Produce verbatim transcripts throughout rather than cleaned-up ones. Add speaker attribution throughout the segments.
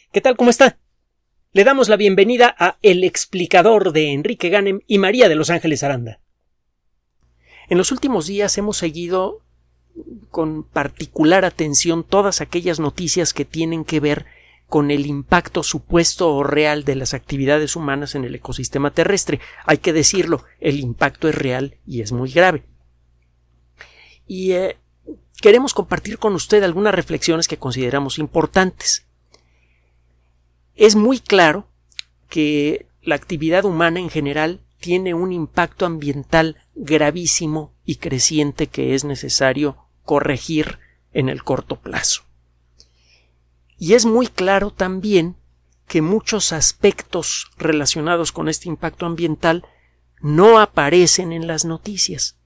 Speaker 1: ¿Qué tal? ¿Cómo está? Le damos la bienvenida a El Explicador de Enrique Ganem y María de Los Ángeles Aranda. En los últimos días hemos seguido con particular atención todas aquellas noticias que tienen que ver con el impacto supuesto o real de las actividades humanas en el ecosistema terrestre. Hay que decirlo, el impacto es real y es muy grave. Y eh, queremos compartir con usted algunas reflexiones que consideramos importantes. Es muy claro que la actividad humana en general tiene un impacto ambiental gravísimo y creciente que es necesario corregir en el corto plazo. Y es muy claro también que muchos aspectos relacionados con este impacto ambiental no aparecen en las noticias.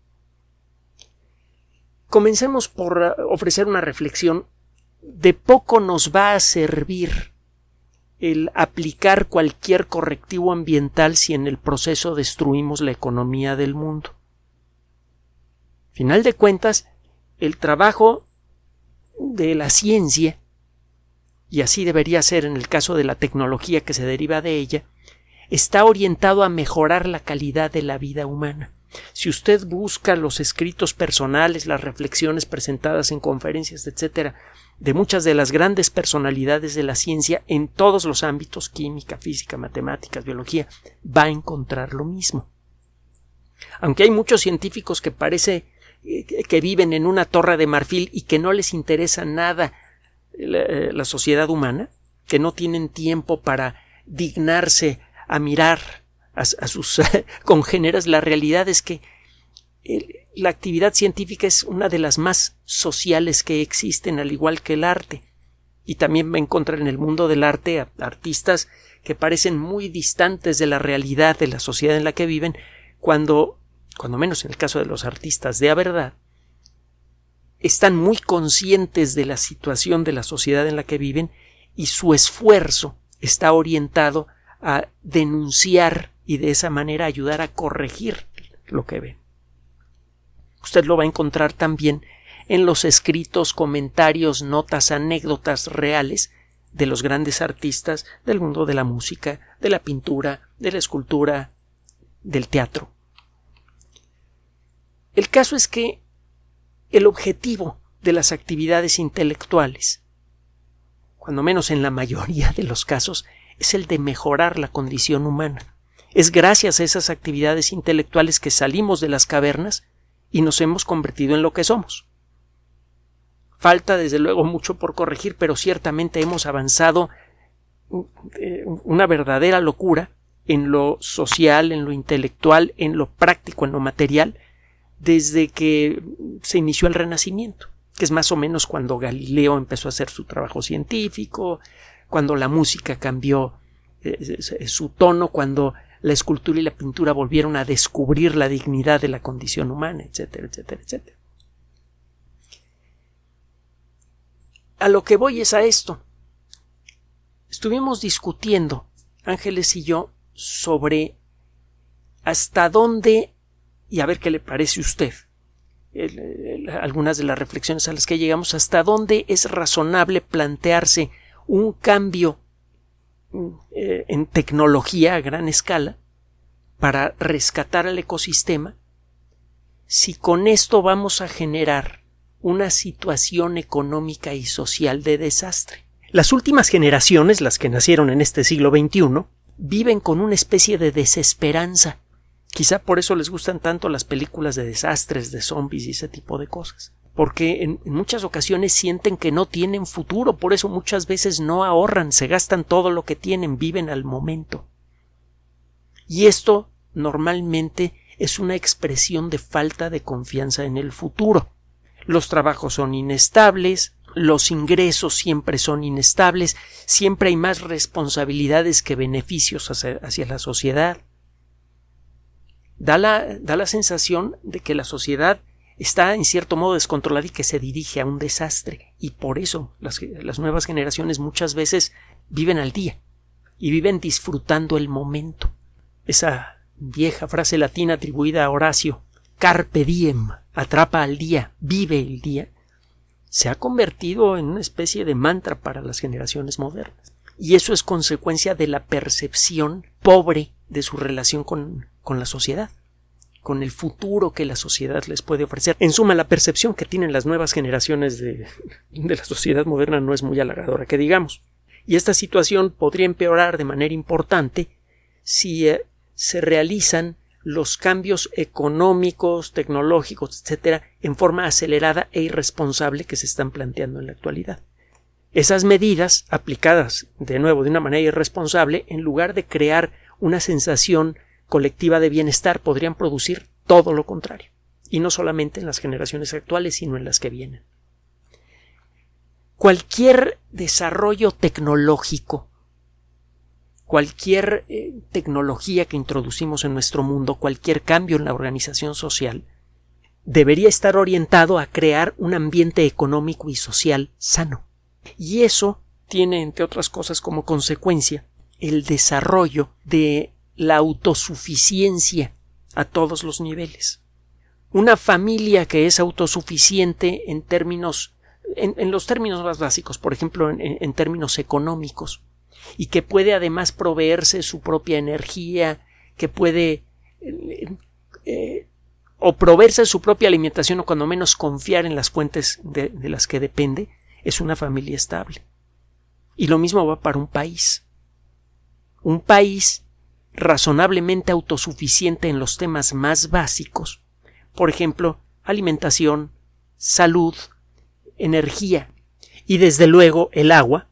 Speaker 1: Comencemos por ofrecer una reflexión. De poco nos va a servir el aplicar cualquier correctivo ambiental si en el proceso destruimos la economía del mundo. Final de cuentas, el trabajo de la ciencia, y así debería ser en el caso de la tecnología que se deriva de ella, está orientado a mejorar la calidad de la vida humana. Si usted busca los escritos personales, las reflexiones presentadas en conferencias, etcétera, de muchas de las grandes personalidades de la ciencia en todos los ámbitos, química, física, matemáticas, biología, va a encontrar lo mismo. Aunque hay muchos científicos que parece que viven en una torre de marfil y que no les interesa nada la, la sociedad humana, que no tienen tiempo para dignarse a mirar a, a sus congéneres, la realidad es que el, la actividad científica es una de las más sociales que existen, al igual que el arte. Y también me encuentro en el mundo del arte a artistas que parecen muy distantes de la realidad de la sociedad en la que viven, cuando, cuando menos en el caso de los artistas de a verdad, están muy conscientes de la situación de la sociedad en la que viven y su esfuerzo está orientado a denunciar y de esa manera ayudar a corregir lo que ven. Usted lo va a encontrar también en los escritos, comentarios, notas, anécdotas reales de los grandes artistas del mundo de la música, de la pintura, de la escultura, del teatro. El caso es que el objetivo de las actividades intelectuales, cuando menos en la mayoría de los casos, es el de mejorar la condición humana. Es gracias a esas actividades intelectuales que salimos de las cavernas y nos hemos convertido en lo que somos. Falta desde luego mucho por corregir, pero ciertamente hemos avanzado una verdadera locura en lo social, en lo intelectual, en lo práctico, en lo material, desde que se inició el Renacimiento, que es más o menos cuando Galileo empezó a hacer su trabajo científico, cuando la música cambió eh, su tono, cuando la escultura y la pintura volvieron a descubrir la dignidad de la condición humana, etcétera, etcétera, etcétera. A lo que voy es a esto. Estuvimos discutiendo, Ángeles y yo, sobre hasta dónde, y a ver qué le parece a usted, el, el, algunas de las reflexiones a las que llegamos, hasta dónde es razonable plantearse un cambio eh, en tecnología a gran escala para rescatar al ecosistema, si con esto vamos a generar una situación económica y social de desastre. Las últimas generaciones, las que nacieron en este siglo veintiuno, viven con una especie de desesperanza. Quizá por eso les gustan tanto las películas de desastres, de zombies y ese tipo de cosas. Porque en, en muchas ocasiones sienten que no tienen futuro, por eso muchas veces no ahorran, se gastan todo lo que tienen, viven al momento. Y esto normalmente es una expresión de falta de confianza en el futuro. Los trabajos son inestables, los ingresos siempre son inestables, siempre hay más responsabilidades que beneficios hacia, hacia la sociedad. Da la, da la sensación de que la sociedad está en cierto modo descontrolada y que se dirige a un desastre, y por eso las, las nuevas generaciones muchas veces viven al día y viven disfrutando el momento. Esa vieja frase latina atribuida a Horacio, carpe diem, atrapa al día, vive el día, se ha convertido en una especie de mantra para las generaciones modernas. Y eso es consecuencia de la percepción pobre de su relación con, con la sociedad, con el futuro que la sociedad les puede ofrecer. En suma, la percepción que tienen las nuevas generaciones de, de la sociedad moderna no es muy halagadora, que digamos. Y esta situación podría empeorar de manera importante si eh, se realizan los cambios económicos, tecnológicos, etcétera, en forma acelerada e irresponsable que se están planteando en la actualidad. Esas medidas, aplicadas de nuevo de una manera irresponsable, en lugar de crear una sensación colectiva de bienestar, podrían producir todo lo contrario, y no solamente en las generaciones actuales, sino en las que vienen. Cualquier desarrollo tecnológico, cualquier eh, tecnología que introducimos en nuestro mundo, cualquier cambio en la organización social, debería estar orientado a crear un ambiente económico y social sano. Y eso tiene, entre otras cosas, como consecuencia el desarrollo de la autosuficiencia a todos los niveles. Una familia que es autosuficiente en términos, en, en los términos más básicos, por ejemplo, en, en términos económicos, y que puede además proveerse su propia energía, que puede eh, eh, o proveerse su propia alimentación o cuando menos confiar en las fuentes de, de las que depende, es una familia estable. Y lo mismo va para un país. Un país razonablemente autosuficiente en los temas más básicos, por ejemplo, alimentación, salud, energía y desde luego el agua.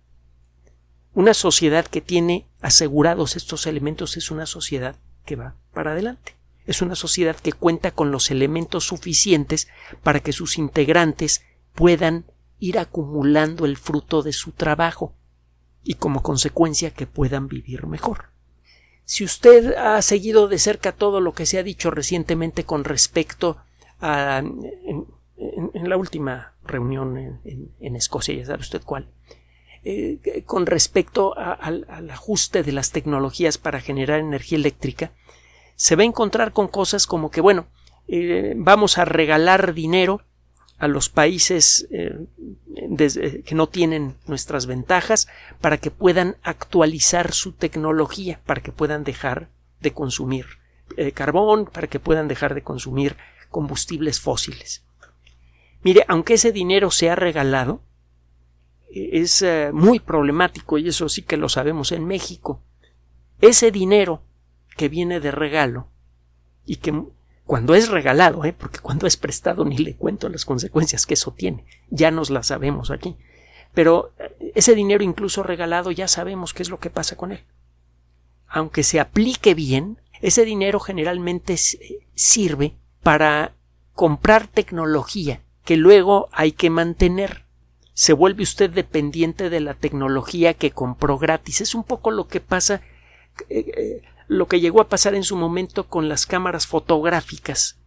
Speaker 1: Una sociedad que tiene asegurados estos elementos es una sociedad que va para adelante. Es una sociedad que cuenta con los elementos suficientes para que sus integrantes puedan ir acumulando el fruto de su trabajo y como consecuencia que puedan vivir mejor. Si usted ha seguido de cerca todo lo que se ha dicho recientemente con respecto a en, en, en la última reunión en, en, en Escocia, ya sabe usted cuál, eh, con respecto a, al, al ajuste de las tecnologías para generar energía eléctrica, se va a encontrar con cosas como que, bueno, eh, vamos a regalar dinero a los países eh, desde, que no tienen nuestras ventajas para que puedan actualizar su tecnología, para que puedan dejar de consumir eh, carbón, para que puedan dejar de consumir combustibles fósiles. Mire, aunque ese dinero sea regalado, eh, es eh, muy problemático, y eso sí que lo sabemos en México. Ese dinero que viene de regalo y que cuando es regalado, ¿eh? porque cuando es prestado ni le cuento las consecuencias que eso tiene, ya nos las sabemos aquí, pero ese dinero incluso regalado ya sabemos qué es lo que pasa con él. Aunque se aplique bien, ese dinero generalmente sirve para comprar tecnología que luego hay que mantener. Se vuelve usted dependiente de la tecnología que compró gratis. Es un poco lo que pasa eh, eh, lo que llegó a pasar en su momento con las cámaras fotográficas,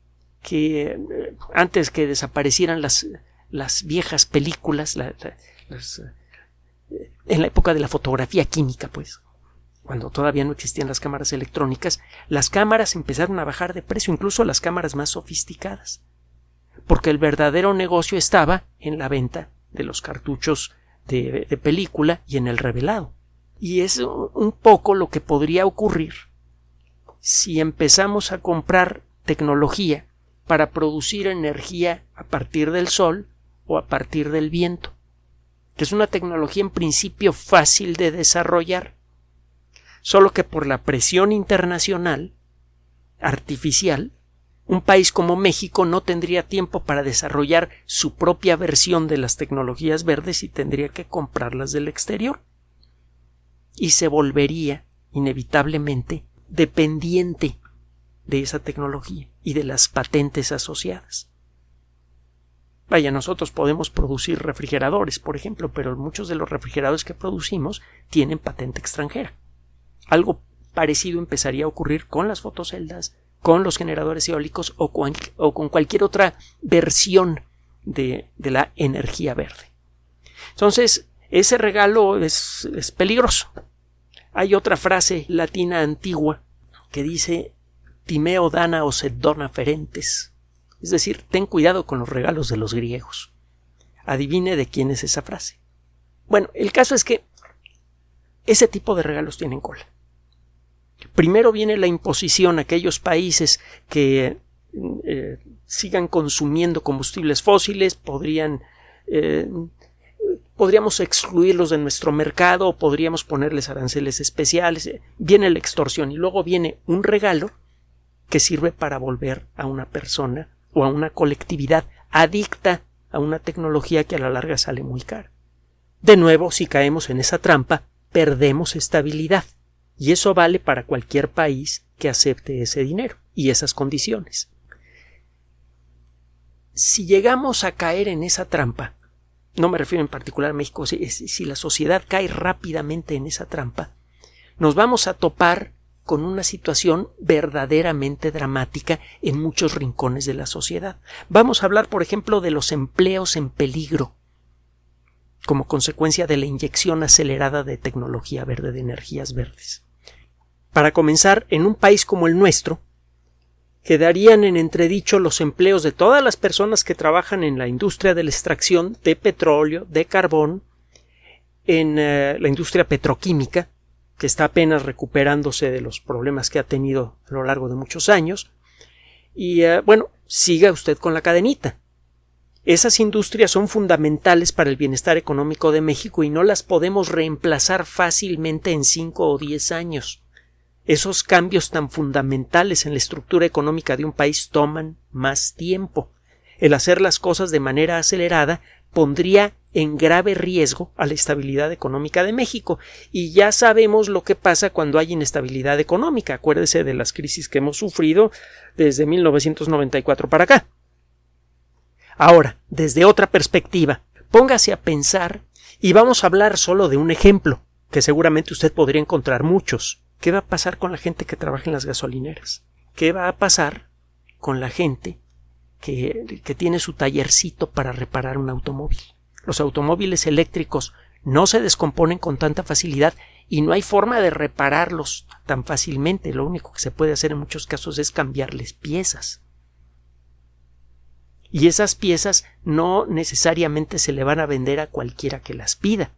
Speaker 1: que eh, antes que desaparecieran las, las viejas películas, la, la, las, eh, en la época de la fotografía química, pues, cuando todavía no existían las cámaras electrónicas, las cámaras empezaron a bajar de precio, incluso las cámaras más sofisticadas, porque el verdadero negocio estaba en la venta de los cartuchos de, de película y en el revelado. Y es un poco lo que podría ocurrir si empezamos a comprar tecnología para producir energía a partir del sol o a partir del viento, que es una tecnología en principio fácil de desarrollar, solo que por la presión internacional artificial, un país como México no tendría tiempo para desarrollar su propia versión de las tecnologías verdes y tendría que comprarlas del exterior. Y se volvería inevitablemente dependiente de esa tecnología y de las patentes asociadas. Vaya, nosotros podemos producir refrigeradores, por ejemplo, pero muchos de los refrigeradores que producimos tienen patente extranjera. Algo parecido empezaría a ocurrir con las fotoceldas, con los generadores eólicos o con, o con cualquier otra versión de, de la energía verde. Entonces, ese regalo es, es peligroso. Hay otra frase latina antigua que dice timeo danaos et dona ferentes, es decir, ten cuidado con los regalos de los griegos. Adivine de quién es esa frase. Bueno, el caso es que ese tipo de regalos tienen cola. Primero viene la imposición a aquellos países que eh, sigan consumiendo combustibles fósiles, podrían eh, podríamos excluirlos de nuestro mercado, podríamos ponerles aranceles especiales. Viene la extorsión y luego viene un regalo que sirve para volver a una persona o a una colectividad adicta a una tecnología que a la larga sale muy cara. De nuevo, si caemos en esa trampa, perdemos estabilidad. Y eso vale para cualquier país que acepte ese dinero y esas condiciones. Si llegamos a caer en esa trampa, no me refiero en particular a México, si, si la sociedad cae rápidamente en esa trampa, nos vamos a topar con una situación verdaderamente dramática en muchos rincones de la sociedad. Vamos a hablar, por ejemplo, de los empleos en peligro como consecuencia de la inyección acelerada de tecnología verde, de energías verdes. Para comenzar, en un país como el nuestro, quedarían en entredicho los empleos de todas las personas que trabajan en la industria de la extracción de petróleo, de carbón, en uh, la industria petroquímica, que está apenas recuperándose de los problemas que ha tenido a lo largo de muchos años. Y, uh, bueno, siga usted con la cadenita. Esas industrias son fundamentales para el bienestar económico de México y no las podemos reemplazar fácilmente en cinco o diez años. Esos cambios tan fundamentales en la estructura económica de un país toman más tiempo. El hacer las cosas de manera acelerada pondría en grave riesgo a la estabilidad económica de México. Y ya sabemos lo que pasa cuando hay inestabilidad económica. Acuérdese de las crisis que hemos sufrido desde mil novecientos noventa y cuatro para acá. Ahora, desde otra perspectiva, póngase a pensar y vamos a hablar solo de un ejemplo, que seguramente usted podría encontrar muchos. ¿Qué va a pasar con la gente que trabaja en las gasolineras? ¿Qué va a pasar con la gente que, que tiene su tallercito para reparar un automóvil? Los automóviles eléctricos no se descomponen con tanta facilidad y no hay forma de repararlos tan fácilmente. Lo único que se puede hacer en muchos casos es cambiarles piezas. Y esas piezas no necesariamente se le van a vender a cualquiera que las pida.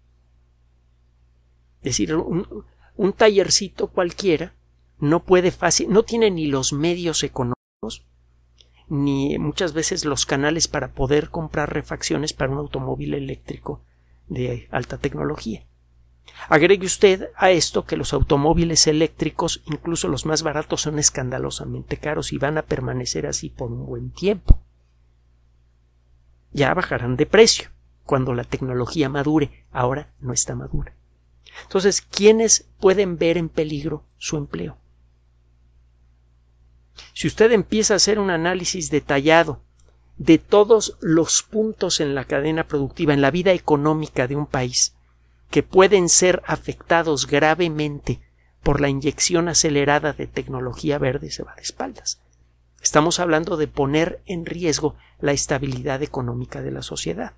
Speaker 1: Es decir, un, un tallercito cualquiera no puede fácil, no tiene ni los medios económicos ni muchas veces los canales para poder comprar refacciones para un automóvil eléctrico de alta tecnología. Agregue usted a esto que los automóviles eléctricos, incluso los más baratos, son escandalosamente caros y van a permanecer así por un buen tiempo. Ya bajarán de precio cuando la tecnología madure. Ahora no está madura. Entonces, ¿quiénes pueden ver en peligro su empleo? Si usted empieza a hacer un análisis detallado de todos los puntos en la cadena productiva, en la vida económica de un país, que pueden ser afectados gravemente por la inyección acelerada de tecnología verde, se va de espaldas. Estamos hablando de poner en riesgo la estabilidad económica de la sociedad,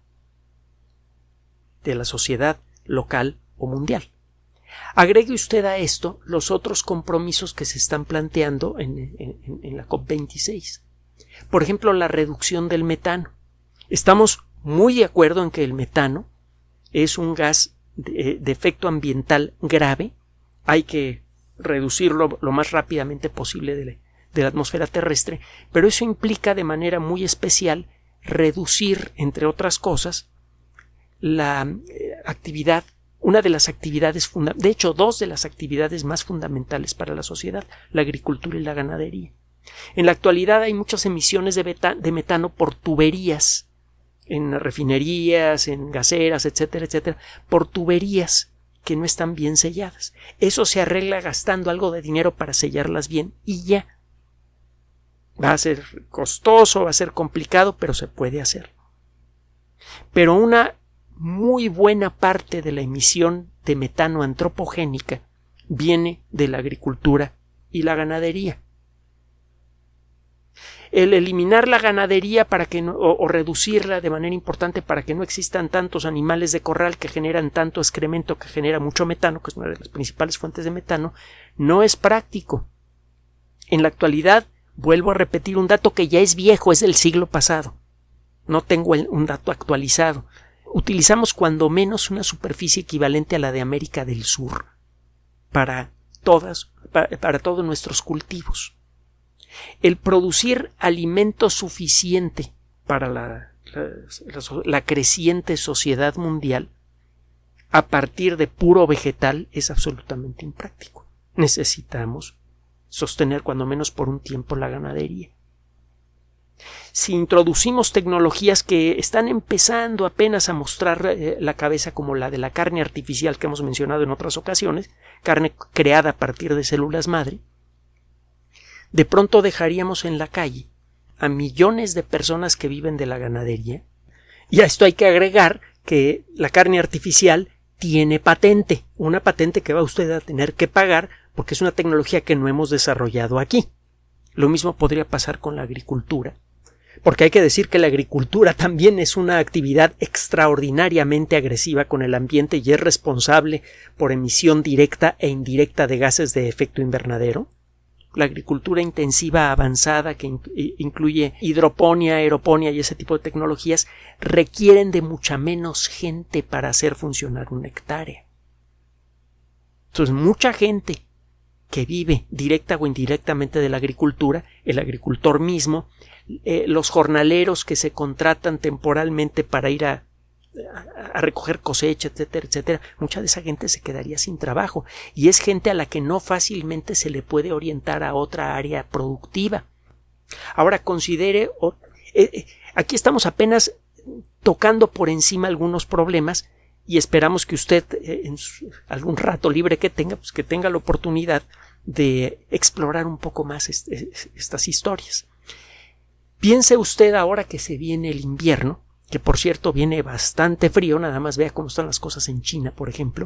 Speaker 1: de la sociedad local o mundial. Agregue usted a esto los otros compromisos que se están planteando en, en, en la COP veintiséis. Por ejemplo, la reducción del metano. Estamos muy de acuerdo en que el metano es un gas de, de efecto ambiental grave. Hay que reducirlo lo más rápidamente posible de la, de la atmósfera terrestre, pero eso implica de manera muy especial reducir, entre otras cosas, la eh, actividad Una de las actividades, de hecho, dos de las actividades más fundamentales para la sociedad, la agricultura y la ganadería. En la actualidad hay muchas emisiones de, beta, de metano por tuberías, en refinerías, en gaseras, etcétera, etcétera, por tuberías que no están bien selladas. Eso se arregla gastando algo de dinero para sellarlas bien y ya. Va a ser costoso, va a ser complicado, pero se puede hacer. Pero una muy buena parte de la emisión de metano antropogénica viene de la agricultura y la ganadería. El eliminar la ganadería para que no, o, o reducirla de manera importante para que no existan tantos animales de corral que generan tanto excremento que genera mucho metano, que es una de las principales fuentes de metano, no es práctico. En la actualidad, vuelvo a repetir un dato que ya es viejo, es del siglo pasado. No tengo el, un dato actualizado. utilizamos cuando menos una superficie equivalente a la de América del Sur para todas, para, para todos nuestros cultivos. El producir alimento suficiente para la, la, la, la creciente sociedad mundial a partir de puro vegetal es absolutamente impráctico. Necesitamos sostener cuando menos por un tiempo la ganadería. Si introducimos tecnologías que están empezando apenas a mostrar eh, la cabeza, como la de la carne artificial que hemos mencionado en otras ocasiones, carne creada a partir de células madre, de pronto dejaríamos en la calle a millones de personas que viven de la ganadería, y a esto hay que agregar que la carne artificial tiene patente, una patente que va usted a tener que pagar porque es una tecnología que no hemos desarrollado aquí. Lo mismo podría pasar con la agricultura, porque hay que decir que la agricultura también es una actividad extraordinariamente agresiva con el ambiente y es responsable por emisión directa e indirecta de gases de efecto invernadero. La agricultura intensiva avanzada, que incluye hidroponía, aeroponía y ese tipo de tecnologías, requieren de mucha menos gente para hacer funcionar una hectárea. Entonces, mucha gente que vive directa o indirectamente de la agricultura, el agricultor mismo, eh, los jornaleros que se contratan temporalmente para ir a, a, a recoger cosecha, etcétera, etcétera, mucha de esa gente se quedaría sin trabajo y es gente a la que no fácilmente se le puede orientar a otra área productiva. Ahora considere, eh, eh, aquí estamos apenas tocando por encima algunos problemas y esperamos que usted eh, en su, algún rato libre que tenga, pues que tenga la oportunidad de explorar un poco más este, estas historias. Piense usted ahora que se viene el invierno, que por cierto viene bastante frío, nada más vea cómo están las cosas en China, por ejemplo,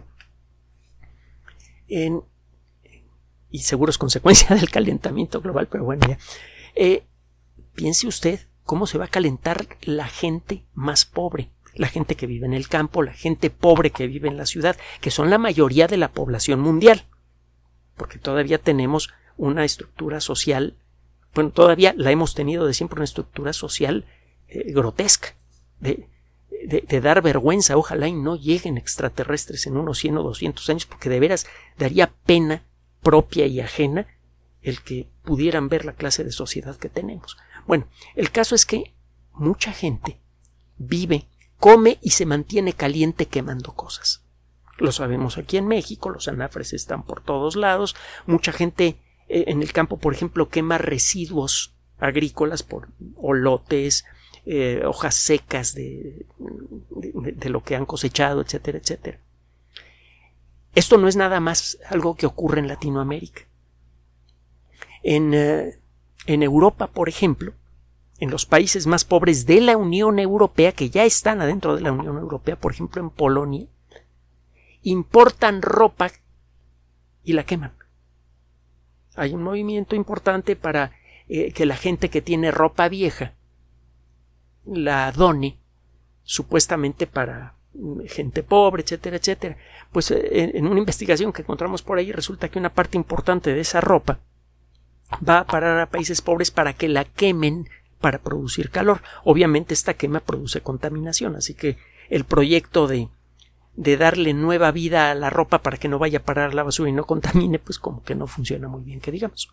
Speaker 1: en, y seguro es consecuencia del calentamiento global, pero bueno, ya. Eh, piense usted cómo se va a calentar la gente más pobre, la gente que vive en el campo, la gente pobre que vive en la ciudad, que son la mayoría de la población mundial, porque todavía tenemos una estructura social, bueno, todavía la hemos tenido de siempre, una estructura social eh, grotesca, de, de, de dar vergüenza. Ojalá y no lleguen extraterrestres en unos cien o doscientos años, porque de veras daría pena propia y ajena el que pudieran ver la clase de sociedad que tenemos. Bueno, el caso es que mucha gente vive, come y se mantiene caliente quemando cosas. Lo sabemos aquí en México, los anafres están por todos lados, mucha gente eh, en el campo, por ejemplo, quema residuos agrícolas por olotes, eh, hojas secas de, de, de lo que han cosechado, etcétera, etcétera. Esto no es nada más algo que ocurre en Latinoamérica. En, eh, en Europa, por ejemplo, en los países más pobres de la Unión Europea, que ya están adentro de la Unión Europea, por ejemplo en Polonia, importan ropa y la queman. Hay un movimiento importante para eh, que la gente que tiene ropa vieja la done, supuestamente para gente pobre, etcétera, etcétera. Pues eh, en una investigación que encontramos por ahí resulta que una parte importante de esa ropa va a parar a países pobres para que la quemen para producir calor. Obviamente esta quema produce contaminación, así que el proyecto de, de darle nueva vida a la ropa para que no vaya a parar a la basura y no contamine, pues como que no funciona muy bien, que digamos.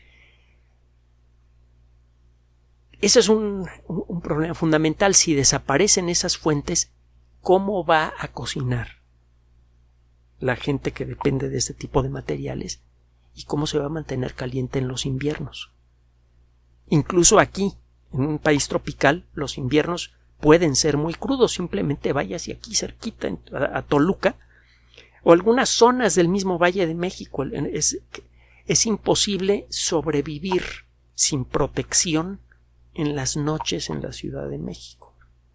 Speaker 1: Ese es un, un, un problema fundamental. Si desaparecen esas fuentes, ¿cómo va a cocinar la gente que depende de este tipo de materiales? ¿Y cómo se va a mantener caliente en los inviernos? Incluso aquí, en un país tropical, los inviernos pueden ser muy crudos. Simplemente vaya hacia aquí cerquita, a, a Toluca, o algunas zonas del mismo Valle de México. Es, es imposible sobrevivir sin protección en las noches en la Ciudad de México.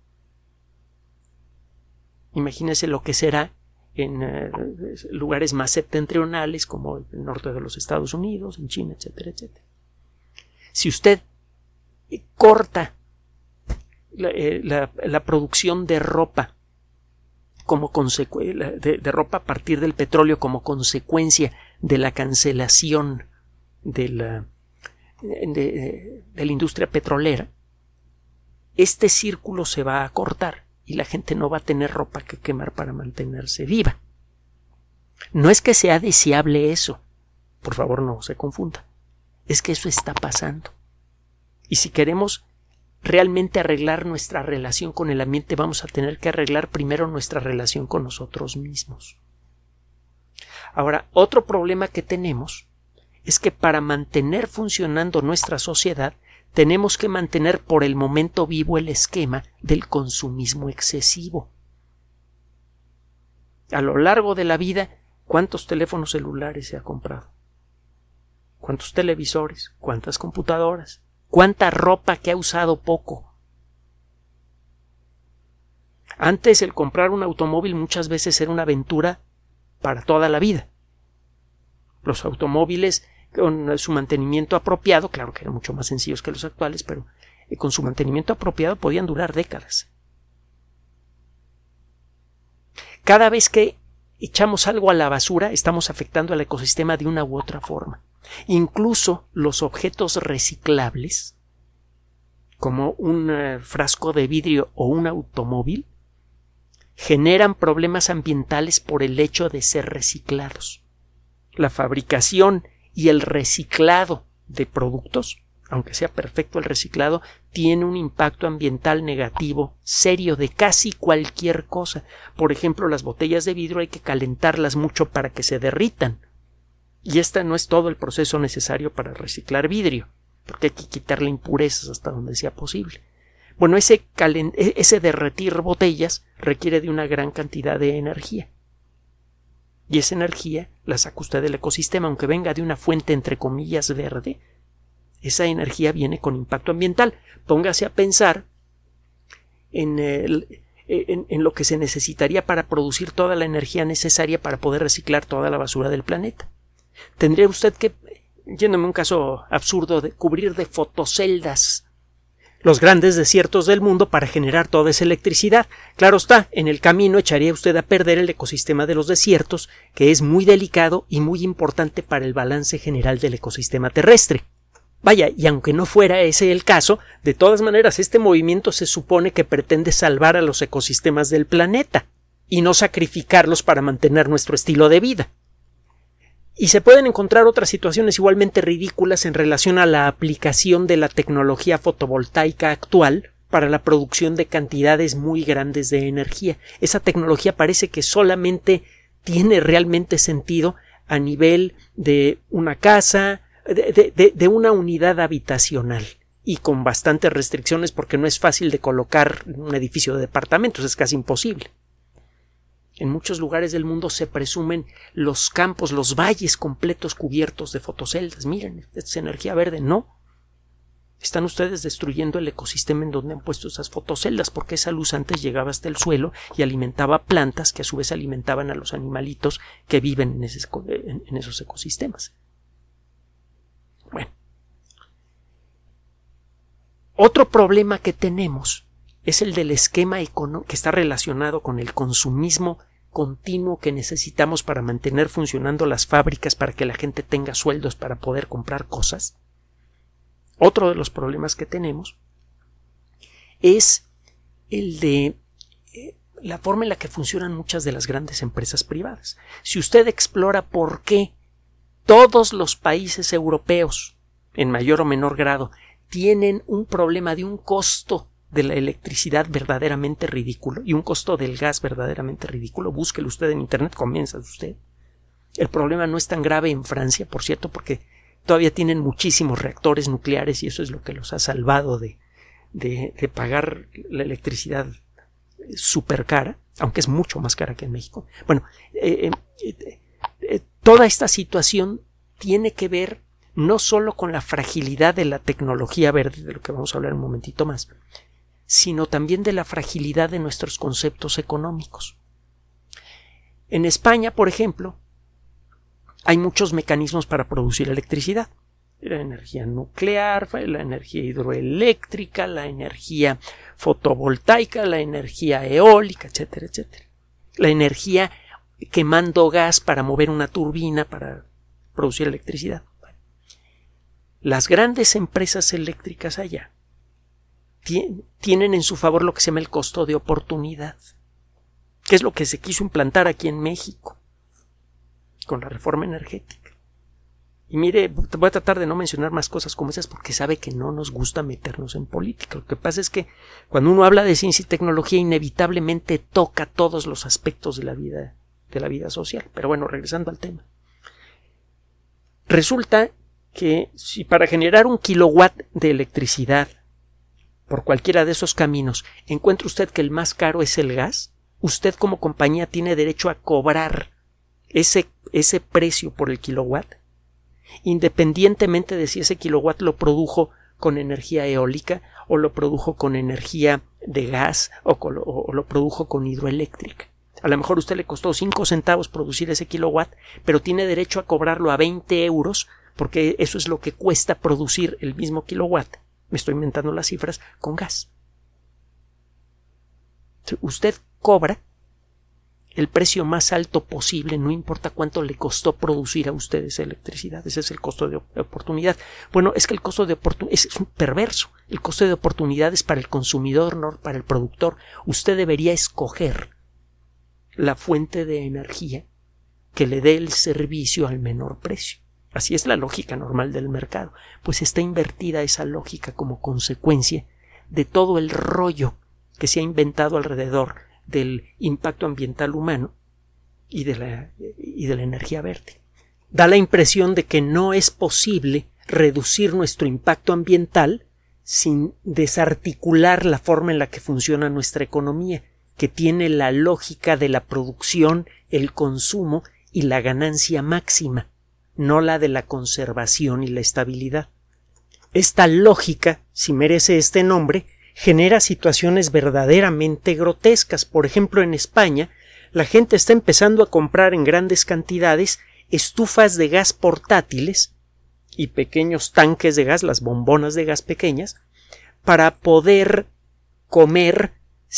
Speaker 1: Imagínese lo que será en uh, lugares más septentrionales como el norte de los Estados Unidos, en China, etcétera, etcétera. Si usted corta la, eh, la, la producción de ropa como consecuencia de, de ropa a partir del petróleo como consecuencia de la cancelación de la, de, de, de la industria petrolera, este círculo se va a cortar y la gente no va a tener ropa que quemar para mantenerse viva. No es que sea deseable eso, por favor no se confunda, es que eso está pasando. Y si queremos realmente arreglar nuestra relación con el ambiente, vamos a tener que arreglar primero nuestra relación con nosotros mismos. Ahora, otro problema que tenemos es que para mantener funcionando nuestra sociedad tenemos que mantener por el momento vivo el esquema del consumismo excesivo. A lo largo de la vida, ¿cuántos teléfonos celulares se ha comprado? ¿Cuántos televisores? ¿Cuántas computadoras? ¿Cuánta ropa que ha usado poco? Antes el comprar un automóvil muchas veces era una aventura para toda la vida. Los automóviles con su mantenimiento apropiado, claro que eran mucho más sencillos que los actuales, pero con su mantenimiento apropiado podían durar décadas. Cada vez que echamos algo a la basura, estamos afectando al ecosistema de una u otra forma. Incluso los objetos reciclables, como un uh, frasco de vidrio o un automóvil, generan problemas ambientales por el hecho de ser reciclados. La fabricación y el reciclado de productos, aunque sea perfecto el reciclado, tiene un impacto ambiental negativo serio de casi cualquier cosa. Por ejemplo, las botellas de vidrio hay que calentarlas mucho para que se derritan. Y este no es todo el proceso necesario para reciclar vidrio, porque hay que quitarle impurezas hasta donde sea posible. Bueno, ese, calen- ese derretir botellas requiere de una gran cantidad de energía. Y esa energía la saca usted del ecosistema, aunque venga de una fuente entre comillas verde. Esa energía viene con impacto ambiental. Póngase a pensar en, el, en, en lo que se necesitaría para producir toda la energía necesaria para poder reciclar toda la basura del planeta. Tendría usted que, yéndome un caso absurdo, de cubrir de fotoceldas los grandes desiertos del mundo para generar toda esa electricidad. Claro está, en el camino echaría usted a perder el ecosistema de los desiertos, que es muy delicado y muy importante para el balance general del ecosistema terrestre. Vaya, y aunque no fuera ese el caso, de todas maneras este movimiento se supone que pretende salvar a los ecosistemas del planeta y no sacrificarlos para mantener nuestro estilo de vida. Y se pueden encontrar otras situaciones igualmente ridículas en relación a la aplicación de la tecnología fotovoltaica actual para la producción de cantidades muy grandes de energía. Esa tecnología parece que solamente tiene realmente sentido a nivel de una casa, de, de, de, de una unidad habitacional, y con bastantes restricciones porque no es fácil de colocar un edificio de departamentos, es casi imposible. En muchos lugares del mundo se presumen los campos, los valles completos cubiertos de fotoceldas. Miren, esta es energía verde. No. Están ustedes destruyendo el ecosistema en donde han puesto esas fotoceldas, porque esa luz antes llegaba hasta el suelo y alimentaba plantas que a su vez alimentaban a los animalitos que viven en, ese, en, en esos ecosistemas. Bueno. Otro problema que tenemos es el del esquema económico que está relacionado con el consumismo continuo que necesitamos para mantener funcionando las fábricas, para que la gente tenga sueldos para poder comprar cosas. Otro de los problemas que tenemos es el de eh, la forma en la que funcionan muchas de las grandes empresas privadas. Si usted explora por qué todos los países europeos, en mayor o menor grado, tienen un problema de un costo de la electricidad verdaderamente ridículo y un costo del gas verdaderamente ridículo, búsquelo usted en internet, comienza usted. El problema no es tan grave en Francia, por cierto, porque todavía tienen muchísimos reactores nucleares y eso es lo que los ha salvado de, de, de pagar la electricidad súper cara, aunque es mucho más cara que en México. Bueno, eh, eh, eh, toda esta situación tiene que ver no solo con la fragilidad de la tecnología verde, de lo que vamos a hablar un momentito más, sino también de la fragilidad de nuestros conceptos económicos. En España, por ejemplo, hay muchos mecanismos para producir electricidad. La energía nuclear, la energía hidroeléctrica, la energía fotovoltaica, la energía eólica, etcétera, etcétera. La energía quemando gas para mover una turbina para producir electricidad. Las grandes empresas eléctricas allá tienen en su favor lo que se llama el costo de oportunidad, que es lo que se quiso implantar aquí en México con la reforma energética. Y mire, voy a tratar de no mencionar más cosas como esas porque sabe que no nos gusta meternos en política. Lo que pasa es que cuando uno habla de ciencia y tecnología inevitablemente toca todos los aspectos de la vida, de la vida social. Pero bueno, regresando al tema. Resulta que si para generar un kilowatt de electricidad por cualquiera de esos caminos encuentra usted que el más caro es el gas, usted como compañía tiene derecho a cobrar ese, ese precio por el kilowatt, independientemente de si ese kilowatt lo produjo con energía eólica o lo produjo con energía de gas o, con, o, o lo produjo con hidroeléctrica. A lo mejor a usted le costó cinco centavos producir ese kilowatt, pero tiene derecho a cobrarlo a veinte euros porque eso es lo que cuesta producir el mismo kilowatt. Me estoy inventando las cifras con gas. Usted cobra el precio más alto posible, no importa cuánto le costó producir a usted esa electricidad. Ese es el costo de oportunidad. Bueno, es que el costo de oportunidad es, es un perverso. El costo de oportunidad es para el consumidor, no para el productor. Usted debería escoger la fuente de energía que le dé el servicio al menor precio. Así es la lógica normal del mercado. Pues está invertida esa lógica como consecuencia de todo el rollo que se ha inventado alrededor del impacto ambiental humano y de la, y de la energía verde. Da la impresión de que no es posible reducir nuestro impacto ambiental sin desarticular la forma en la que funciona nuestra economía, que tiene la lógica de la producción, el consumo y la ganancia máxima, no la de la conservación y la estabilidad. Esta lógica, si merece este nombre, genera situaciones verdaderamente grotescas. Por ejemplo, en España, la gente está empezando a comprar en grandes cantidades estufas de gas portátiles y pequeños tanques de gas, las bombonas de gas pequeñas, para poder comer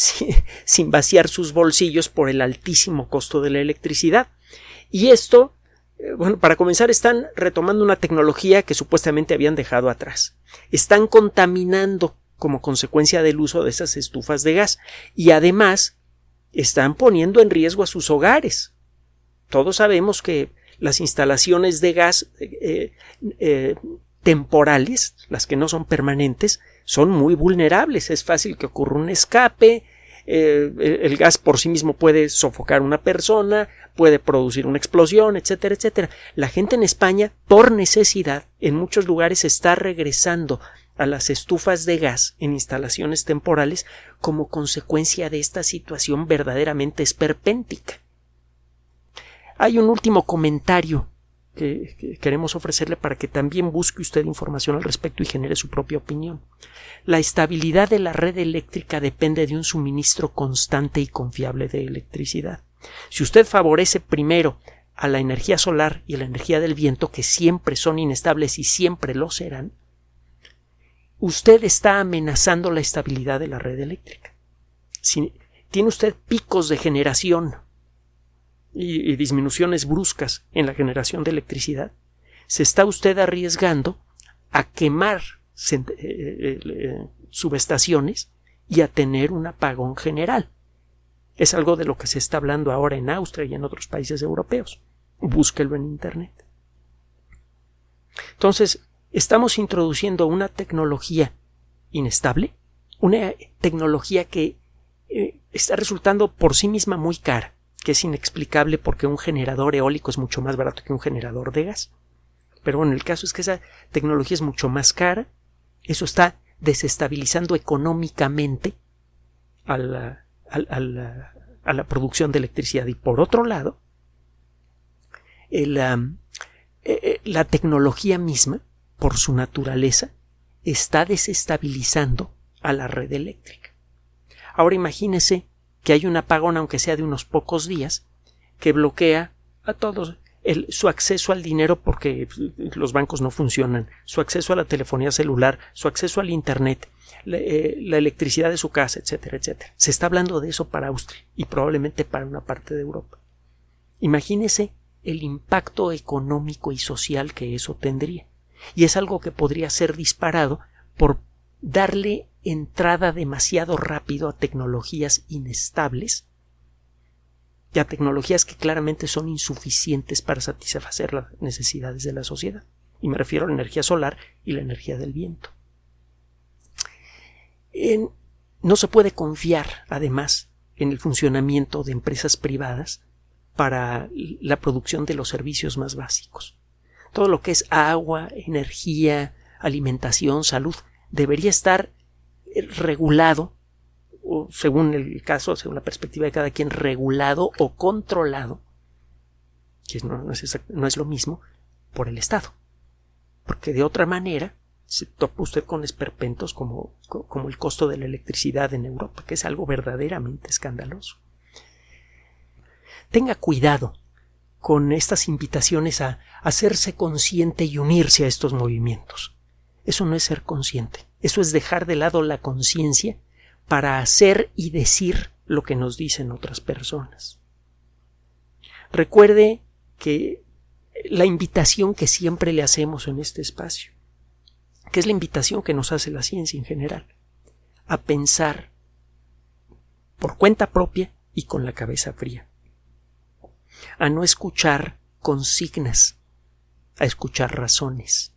Speaker 1: sin vaciar sus bolsillos por el altísimo costo de la electricidad. Y esto, bueno, para comenzar, están retomando una tecnología que supuestamente habían dejado atrás. Están contaminando como consecuencia del uso de esas estufas de gas y además están poniendo en riesgo a sus hogares. Todos sabemos que las instalaciones de gas eh, eh, temporales, las que no son permanentes, son muy vulnerables. Es fácil que ocurra un escape, eh, el gas por sí mismo puede sofocar a una persona, puede producir una explosión, etcétera, etcétera. La gente en España, por necesidad, en muchos lugares está regresando a las estufas de gas en instalaciones temporales como consecuencia de esta situación verdaderamente esperpéntica. Hay un último comentario que, que queremos ofrecerle para que también busque usted información al respecto y genere su propia opinión. La estabilidad de la red eléctrica depende de un suministro constante y confiable de electricidad. Si usted favorece primero a la energía solar y a la energía del viento, que siempre son inestables y siempre lo serán, usted está amenazando la estabilidad de la red eléctrica. Si tiene usted picos de generación y, y disminuciones bruscas en la generación de electricidad, se está usted arriesgando a quemar eh, eh, subestaciones y a tener un apagón general. Es algo de lo que se está hablando ahora en Austria y en otros países europeos. Búsquelo en Internet. Entonces, estamos introduciendo una tecnología inestable, una tecnología que eh, está resultando por sí misma muy cara, que es inexplicable porque un generador eólico es mucho más barato que un generador de gas. Pero bueno, el caso es que esa tecnología es mucho más cara, eso está desestabilizando económicamente a la, a, a la, a la producción de electricidad. Y por otro lado, el, um, eh, la tecnología misma, por su naturaleza, está desestabilizando a la red eléctrica. Ahora imagínese que hay un apagón, aunque sea de unos pocos días, que bloquea a todos el, su acceso al dinero porque los bancos no funcionan, su acceso a la telefonía celular, su acceso al Internet, la, eh, la electricidad de su casa, etcétera, etcétera. Se está hablando de eso para Austria y probablemente para una parte de Europa. Imagínese el impacto económico y social que eso tendría. Y es algo que podría ser disparado por darle entrada demasiado rápido a tecnologías inestables y a tecnologías que claramente son insuficientes para satisfacer las necesidades de la sociedad. Y me refiero a la energía solar y la energía del viento. En, no se puede confiar, además, en el funcionamiento de empresas privadas para la producción de los servicios más básicos. Todo lo que es agua, energía, alimentación, salud, debería estar regulado, o según el caso, según la perspectiva de cada quien, regulado o controlado, que no, no, es, no es lo mismo, por el Estado. Porque de otra manera se topa usted con esperpentos como, como el costo de la electricidad en Europa, que es algo verdaderamente escandaloso. Tenga cuidado con estas invitaciones a hacerse consciente y unirse a estos movimientos. Eso no es ser consciente, eso es dejar de lado la conciencia para hacer y decir lo que nos dicen otras personas. Recuerde que la invitación que siempre le hacemos en este espacio, que es la invitación que nos hace la ciencia en general, a pensar por cuenta propia y con la cabeza fría, a no escuchar consignas, a escuchar razones,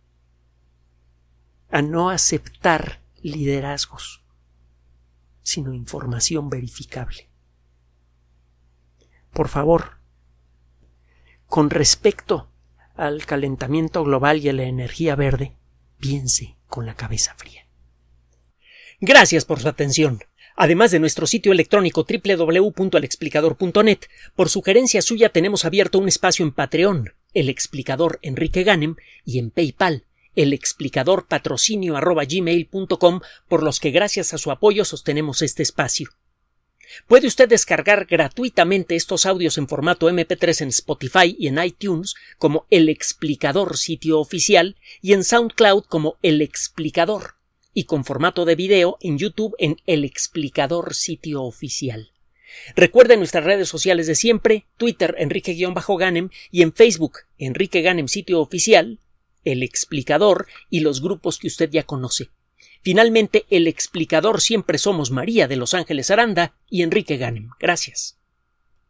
Speaker 1: a no aceptar liderazgos, sino información verificable. Por favor, con respecto al calentamiento global y a la energía verde, piense con la cabeza fría. Gracias por su atención. Además de nuestro sitio electrónico doble u doble u doble u punto el explicador punto net, por sugerencia suya tenemos abierto un espacio en Patreon, El Explicador Enrique Ganem, y en PayPal, el explicador patrocinio arroba gmail punto com, por los que gracias a su apoyo sostenemos este espacio. Puede usted descargar gratuitamente estos audios en formato eme pe tres en Spotify y en iTunes como El Explicador sitio oficial y en SoundCloud como El Explicador, y con formato de video en YouTube en El Explicador sitio oficial. Recuerde nuestras redes sociales de siempre, Twitter Enrique-Ganem y en Facebook Enrique Ganem sitio oficial, El Explicador y los grupos que usted ya conoce. Finalmente, El Explicador siempre somos María de Los Ángeles Aranda y Enrique Ganem. Gracias.